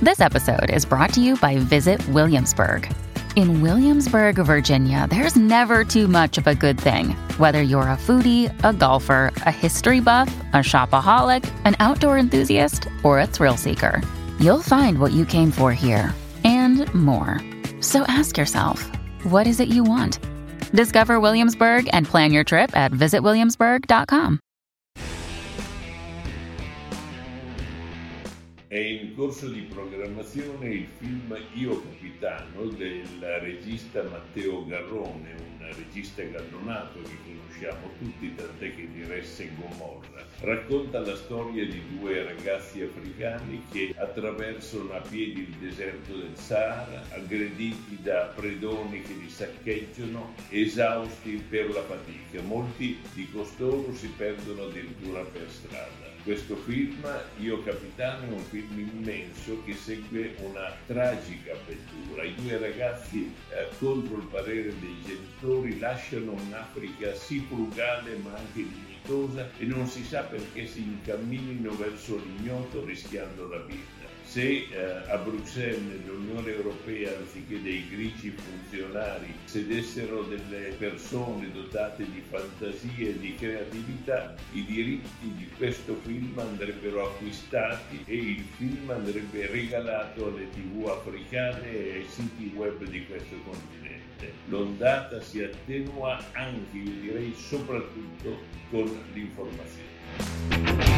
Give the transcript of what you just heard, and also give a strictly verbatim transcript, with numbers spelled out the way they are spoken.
This episode is brought to you by Visit Williamsburg. In Williamsburg, Virginia, there's never too much of a good thing. Whether you're a foodie, a golfer, a history buff, a shopaholic, an outdoor enthusiast, or a thrill seeker, you'll find what you came for here and more. So ask yourself, what is it you want? Discover Williamsburg and plan your trip at visit williamsburg dot com. È in corso di programmazione il film Io Capitano del regista Matteo Garrone, un regista gallonato che conosciamo tutti, tant'è che diresse Gomorra. Racconta la storia di due ragazzi africani che attraversano a piedi il deserto del Sahara, aggrediti da predoni che li saccheggiano, esausti per la fatica. Molti di costoro si perdono addirittura per strada. Questo film, Io Capitano, è un film immenso che segue una tragica avventura. I due ragazzi, eh, contro il parere dei genitori, lasciano un'Africa sì frugale ma anche dignitosa e non si sa perché si incamminino verso l'ignoto rischiando la vita. Se eh, a Bruxelles, nell'Unione Europea, anziché dei grigi funzionari, sedessero delle persone dotate di fantasia e di creatività, i diritti di questo film andrebbero acquistati e il film andrebbe regalato alle tivù africane e ai siti web di questo continente. L'ondata si attenua anche, io direi soprattutto, con l'informazione.